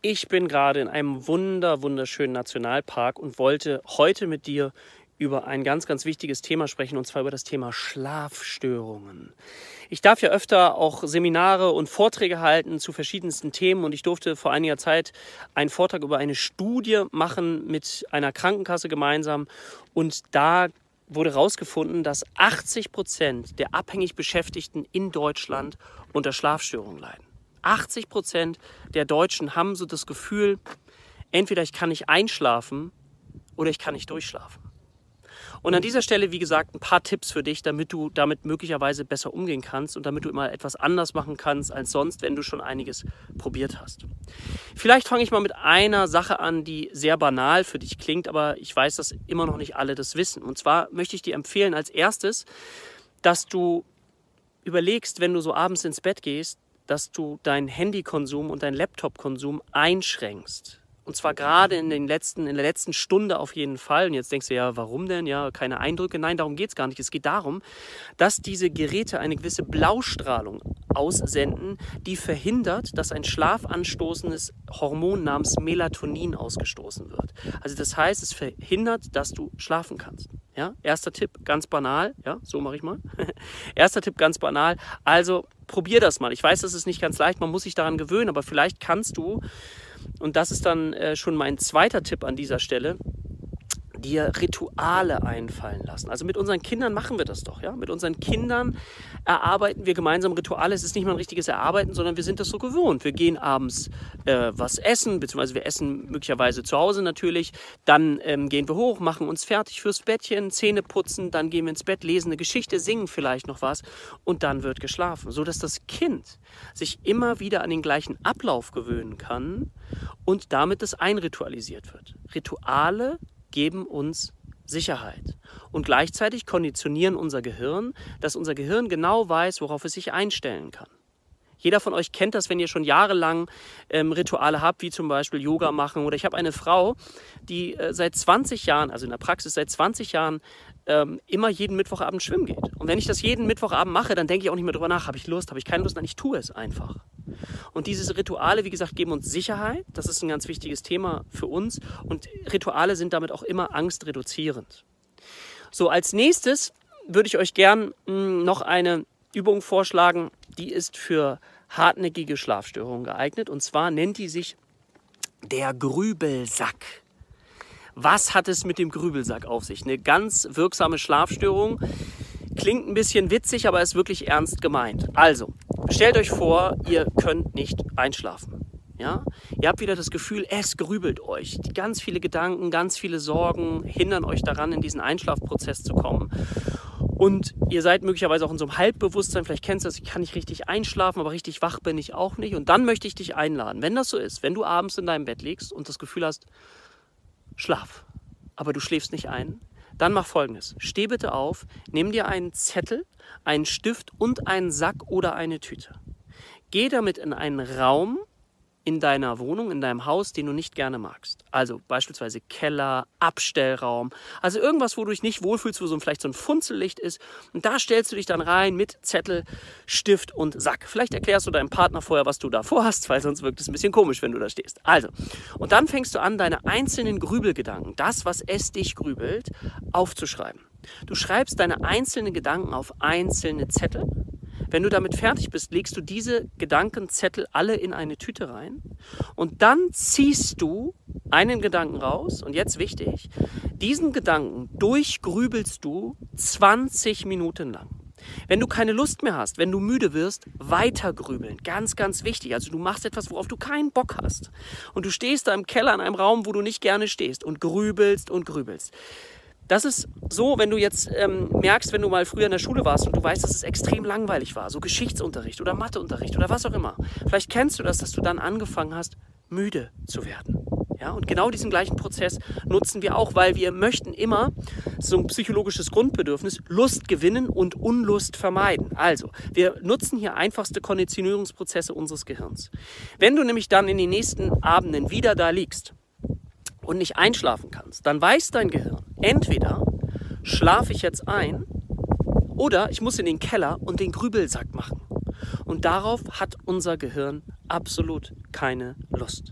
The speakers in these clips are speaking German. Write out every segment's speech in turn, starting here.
Ich bin gerade in einem wunderschönen Nationalpark und wollte heute mit dir über ein ganz wichtiges Thema sprechen, und zwar über das Thema Schlafstörungen. Ich darf ja öfter auch Seminare und Vorträge halten zu verschiedensten Themen, und ich durfte vor einiger Zeit einen Vortrag über eine Studie machen mit einer Krankenkasse gemeinsam, und da wurde herausgefunden, dass 80% der abhängig Beschäftigten in Deutschland unter Schlafstörungen leiden. 80% der Deutschen haben so das Gefühl, entweder ich kann nicht einschlafen oder ich kann nicht durchschlafen. Und an dieser Stelle, wie gesagt, ein paar Tipps für dich, damit du damit möglicherweise besser umgehen kannst und damit du immer etwas anders machen kannst als sonst, wenn du schon einiges probiert hast. Vielleicht fange ich mal mit einer Sache an, die sehr banal für dich klingt, aber ich weiß, dass immer noch nicht alle das wissen. Und zwar möchte ich dir empfehlen als erstes, dass du überlegst, wenn du so abends ins Bett gehst, dass du deinen Handykonsum und deinen Laptopkonsum einschränkst. Und zwar gerade in der letzten Stunde auf jeden Fall. Und jetzt denkst du, ja, warum denn? Ja, keine Eindrücke. Nein, darum geht es gar nicht. Es geht darum, dass diese Geräte eine gewisse Blaustrahlung aussenden, die verhindert, dass ein schlafanstoßendes Hormon namens Melatonin ausgestoßen wird. Also das heißt, es verhindert, dass du schlafen kannst. Ja? Erster Tipp, ganz banal. Ja, so mache ich mal. Erster Tipp, ganz banal. Also probier das mal. Ich weiß, das ist nicht ganz leicht. Man muss sich daran gewöhnen. Aber vielleicht kannst du, und das ist dann schon mein zweiter Tipp an dieser Stelle, dir Rituale einfallen lassen. Also mit unseren Kindern machen wir das doch. Ja? Mit unseren Kindern erarbeiten wir gemeinsam Rituale. Es ist nicht mal ein richtiges Erarbeiten, sondern wir sind das so gewohnt. Wir gehen abends was essen, beziehungsweise wir essen möglicherweise zu Hause natürlich. Dann gehen wir hoch, machen uns fertig fürs Bettchen, Zähne putzen, dann gehen wir ins Bett, lesen eine Geschichte, singen vielleicht noch was und dann wird geschlafen. Sodass das Kind sich immer wieder an den gleichen Ablauf gewöhnen kann und damit es einritualisiert wird. Rituale geben uns Sicherheit und gleichzeitig konditionieren unser Gehirn, dass unser Gehirn genau weiß, worauf es sich einstellen kann. Jeder von euch kennt das, wenn ihr schon jahrelang Rituale habt, wie zum Beispiel Yoga machen. Oder ich habe eine Frau, die seit 20 Jahren, also in der Praxis seit 20 Jahren, immer jeden Mittwochabend schwimmen geht. Und wenn ich das jeden Mittwochabend mache, dann denke ich auch nicht mehr drüber nach, habe ich Lust, habe ich keine Lust, nein, ich tue es einfach. Und diese Rituale, wie gesagt, geben uns Sicherheit. Das ist ein ganz wichtiges Thema für uns. Und Rituale sind damit auch immer angstreduzierend. So, als nächstes würde ich euch gern noch eine Übung vorschlagen, die ist für hartnäckige Schlafstörungen geeignet. Und zwar nennt die sich der Grübelsack. Was hat es mit dem Grübelsack auf sich? Eine ganz wirksame Schlafstörung. Klingt ein bisschen witzig, aber ist wirklich ernst gemeint. Also, stellt euch vor, ihr könnt nicht einschlafen. Ja? Ihr habt wieder das Gefühl, es grübelt euch. Ganz viele Gedanken, ganz viele Sorgen hindern euch daran, in diesen Einschlafprozess zu kommen. Und ihr seid möglicherweise auch in so einem Halbbewusstsein, vielleicht kennst du das, ich kann nicht richtig einschlafen, aber richtig wach bin ich auch nicht. Und dann möchte ich dich einladen, wenn das so ist, wenn du abends in deinem Bett liegst und das Gefühl hast, schlaf, aber du schläfst nicht ein, dann mach Folgendes. Steh bitte auf, nimm dir einen Zettel, einen Stift und einen Sack oder eine Tüte. Geh damit in einen Raum in deiner Wohnung, in deinem Haus, den du nicht gerne magst. Also beispielsweise Keller, Abstellraum, also irgendwas, wo du dich nicht wohlfühlst, wo vielleicht so ein Funzellicht ist. Und da stellst du dich dann rein mit Zettel, Stift und Sack. Vielleicht erklärst du deinem Partner vorher, was du da vorhast, weil sonst wirkt es ein bisschen komisch, wenn du da stehst. Also, und dann fängst du an, deine einzelnen Grübelgedanken, das, was es dich grübelt, aufzuschreiben. Du schreibst deine einzelnen Gedanken auf einzelne Zettel. Wenn du damit fertig bist, legst du diese Gedankenzettel alle in eine Tüte rein und dann ziehst du einen Gedanken raus und jetzt wichtig, diesen Gedanken durchgrübelst du 20 Minuten lang. Wenn du keine Lust mehr hast, wenn du müde wirst, weiter grübeln. Ganz wichtig. Also du machst etwas, worauf du keinen Bock hast. Und du stehst da im Keller in einem Raum, wo du nicht gerne stehst und grübelst und grübelst. Das ist so, wenn du jetzt merkst, wenn du mal früher in der Schule warst und du weißt, dass es extrem langweilig war, so Geschichtsunterricht oder Matheunterricht oder was auch immer. Vielleicht kennst du das, dass du dann angefangen hast, müde zu werden. Ja, und genau diesen gleichen Prozess nutzen wir auch, weil wir möchten immer, so ein psychologisches Grundbedürfnis, Lust gewinnen und Unlust vermeiden. Also, wir nutzen hier einfachste Konditionierungsprozesse unseres Gehirns. Wenn du nämlich dann in den nächsten Abenden wieder da liegst und nicht einschlafen kannst, dann weiß dein Gehirn, entweder schlafe ich jetzt ein oder ich muss in den Keller und den Grübelsack machen. Und darauf hat unser Gehirn absolut keine Lust.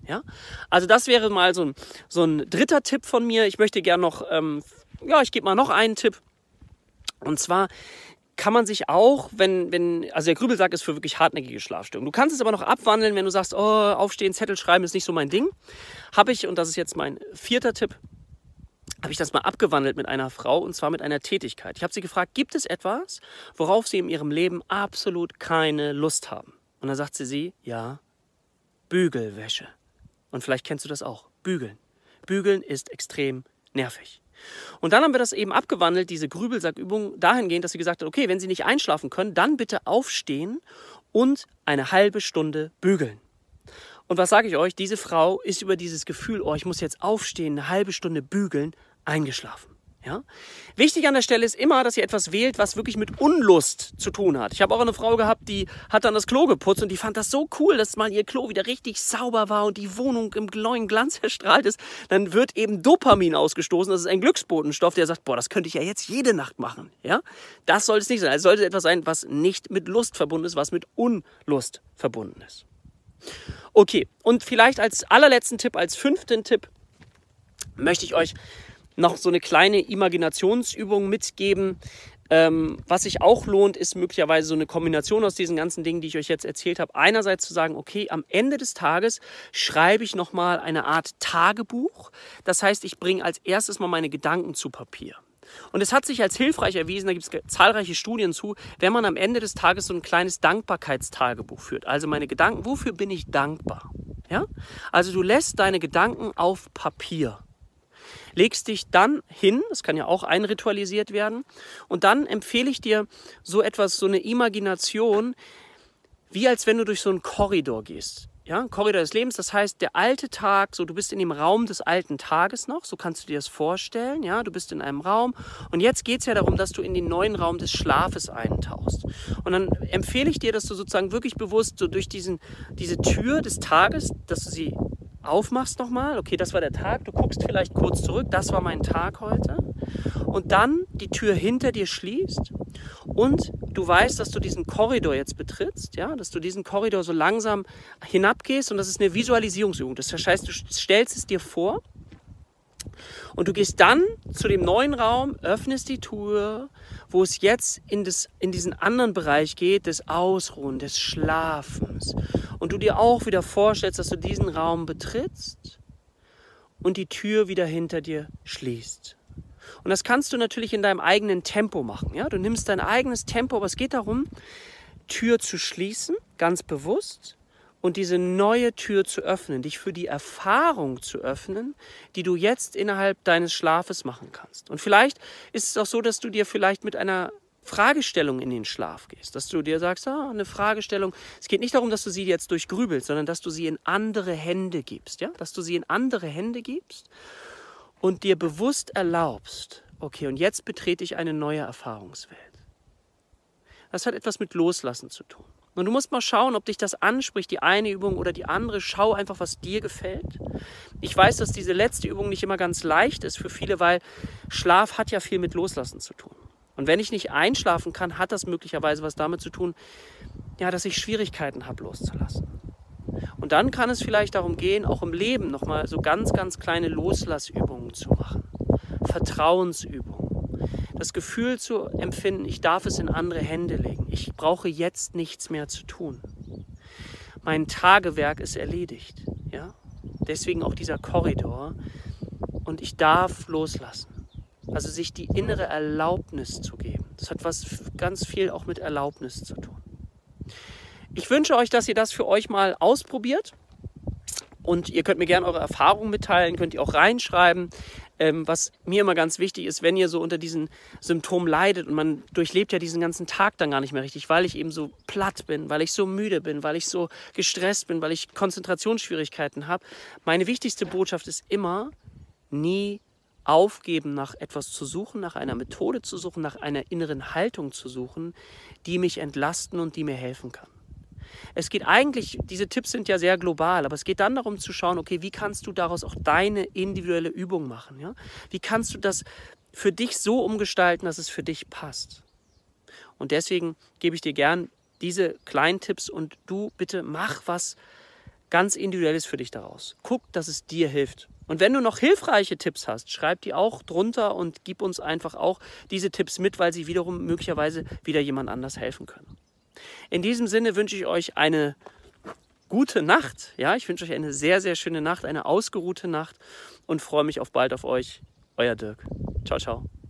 Ja? Also das wäre mal so ein dritter Tipp von mir. Ich möchte gerne noch, ich gebe mal noch einen Tipp. Und zwar kann man sich auch, also der Grübelsack ist für wirklich hartnäckige Schlafstörungen. Du kannst es aber noch abwandeln, wenn du sagst, aufstehen, Zettel schreiben ist nicht so mein Ding. Habe ich, und das ist jetzt mein vierter Tipp, habe ich das mal abgewandelt mit einer Frau, und zwar mit einer Tätigkeit. Ich habe sie gefragt, gibt es etwas, worauf sie in ihrem Leben absolut keine Lust haben? Und dann sagt sie, ja, Bügelwäsche. Und vielleicht kennst du das auch, Bügeln. Bügeln ist extrem nervig. Und dann haben wir das eben abgewandelt, diese Grübelsackübung, dahingehend, dass sie gesagt hat, okay, wenn Sie nicht einschlafen können, dann bitte aufstehen und eine halbe Stunde bügeln. Und was sage ich euch, diese Frau ist über dieses Gefühl, ich muss jetzt aufstehen, eine halbe Stunde bügeln, eingeschlafen. Ja? Wichtig an der Stelle ist immer, dass ihr etwas wählt, was wirklich mit Unlust zu tun hat. Ich habe auch eine Frau gehabt, die hat dann das Klo geputzt und die fand das so cool, dass mal ihr Klo wieder richtig sauber war und die Wohnung im neuen Glanz erstrahlt ist. Dann wird eben Dopamin ausgestoßen. Das ist ein Glücksbotenstoff, der sagt, das könnte ich ja jetzt jede Nacht machen. Ja? Das sollte es nicht sein. Es sollte etwas sein, was nicht mit Lust verbunden ist, was mit Unlust verbunden ist. Okay, und vielleicht als allerletzten Tipp, als 5. Tipp, möchte ich euch noch so eine kleine Imaginationsübung mitgeben. Was sich auch lohnt, ist möglicherweise so eine Kombination aus diesen ganzen Dingen, die ich euch jetzt erzählt habe. Einerseits zu sagen, okay, am Ende des Tages schreibe ich nochmal eine Art Tagebuch. Das heißt, ich bringe als erstes mal meine Gedanken zu Papier. Und es hat sich als hilfreich erwiesen, da gibt es zahlreiche Studien zu, wenn man am Ende des Tages so ein kleines Dankbarkeitstagebuch führt. Also meine Gedanken, wofür bin ich dankbar? Ja? Also du lässt deine Gedanken auf Papier. Legst dich dann hin, das kann ja auch einritualisiert werden, und dann empfehle ich dir so eine Imagination, wie als wenn du durch so einen Korridor gehst. Ja, ein Korridor des Lebens, das heißt, der alte Tag, so du bist in dem Raum des alten Tages noch, so kannst du dir das vorstellen, ja, du bist in einem Raum und jetzt geht es ja darum, dass du in den neuen Raum des Schlafes eintauchst. Und dann empfehle ich dir, dass du sozusagen wirklich bewusst so durch diese Tür des Tages, dass du sie aufmachst nochmal, okay, das war der Tag, du guckst vielleicht kurz zurück, das war mein Tag heute, und dann die Tür hinter dir schließt und du weißt, dass du diesen Korridor jetzt betrittst, ja, dass du diesen Korridor so langsam hinabgehst, und das ist eine Visualisierungsübung. Das heißt, du stellst es dir vor und du gehst dann zu dem neuen Raum, öffnest die Tür, wo es jetzt in diesen anderen Bereich geht, des Ausruhen, des Schlafens. Und du dir auch wieder vorstellst, dass du diesen Raum betrittst und die Tür wieder hinter dir schließt. Und das kannst du natürlich in deinem eigenen Tempo machen. Ja? Du nimmst dein eigenes Tempo, aber es geht darum, Tür zu schließen, ganz bewusst, und diese neue Tür zu öffnen, dich für die Erfahrung zu öffnen, die du jetzt innerhalb deines Schlafes machen kannst. Und vielleicht ist es auch so, dass du dir vielleicht mit einer Fragestellung in den Schlaf gehst, dass du dir sagst, eine Fragestellung, es geht nicht darum, dass du sie jetzt durchgrübelst, sondern dass du sie in andere Hände gibst, ja? Dass du sie in andere Hände gibst und dir bewusst erlaubst, okay, und jetzt betrete ich eine neue Erfahrungswelt. Das hat etwas mit Loslassen zu tun. Und du musst mal schauen, ob dich das anspricht, die eine Übung oder die andere. Schau einfach, was dir gefällt. Ich weiß, dass diese letzte Übung nicht immer ganz leicht ist für viele, weil Schlaf hat ja viel mit Loslassen zu tun. Und wenn ich nicht einschlafen kann, hat das möglicherweise was damit zu tun, ja, dass ich Schwierigkeiten habe, loszulassen. Und dann kann es vielleicht darum gehen, auch im Leben nochmal so ganz, ganz kleine Loslassübungen zu machen. Vertrauensübungen. Das Gefühl zu empfinden, ich darf es in andere Hände legen. Ich brauche jetzt nichts mehr zu tun. Mein Tagewerk ist erledigt. Ja? Deswegen auch dieser Korridor. Und ich darf loslassen. Also sich die innere Erlaubnis zu geben. Das hat ganz viel auch mit Erlaubnis zu tun. Ich wünsche euch, dass ihr das für euch mal ausprobiert. Und ihr könnt mir gerne eure Erfahrungen mitteilen, könnt ihr auch reinschreiben. Was mir immer ganz wichtig ist, wenn ihr so unter diesen Symptomen leidet und man durchlebt ja diesen ganzen Tag dann gar nicht mehr richtig, weil ich eben so platt bin, weil ich so müde bin, weil ich so gestresst bin, weil ich Konzentrationsschwierigkeiten habe. Meine wichtigste Botschaft ist immer, nie aufgeben, nach etwas zu suchen, nach einer Methode zu suchen, nach einer inneren Haltung zu suchen, die mich entlasten und die mir helfen kann. Es geht eigentlich, diese Tipps sind ja sehr global, aber es geht dann darum zu schauen, okay, wie kannst du daraus auch deine individuelle Übung machen? Ja? Wie kannst du das für dich so umgestalten, dass es für dich passt? Und deswegen gebe ich dir gern diese kleinen Tipps und du bitte mach was ganz Individuelles für dich daraus. Guck, dass es dir hilft. Und wenn du noch hilfreiche Tipps hast, schreib die auch drunter und gib uns einfach auch diese Tipps mit, weil sie wiederum möglicherweise wieder jemand anders helfen können. In diesem Sinne wünsche ich euch eine gute Nacht. Ja, ich wünsche euch eine sehr, sehr schöne Nacht, eine ausgeruhte Nacht und freue mich auf bald auf euch. Euer Dirk. Ciao, ciao.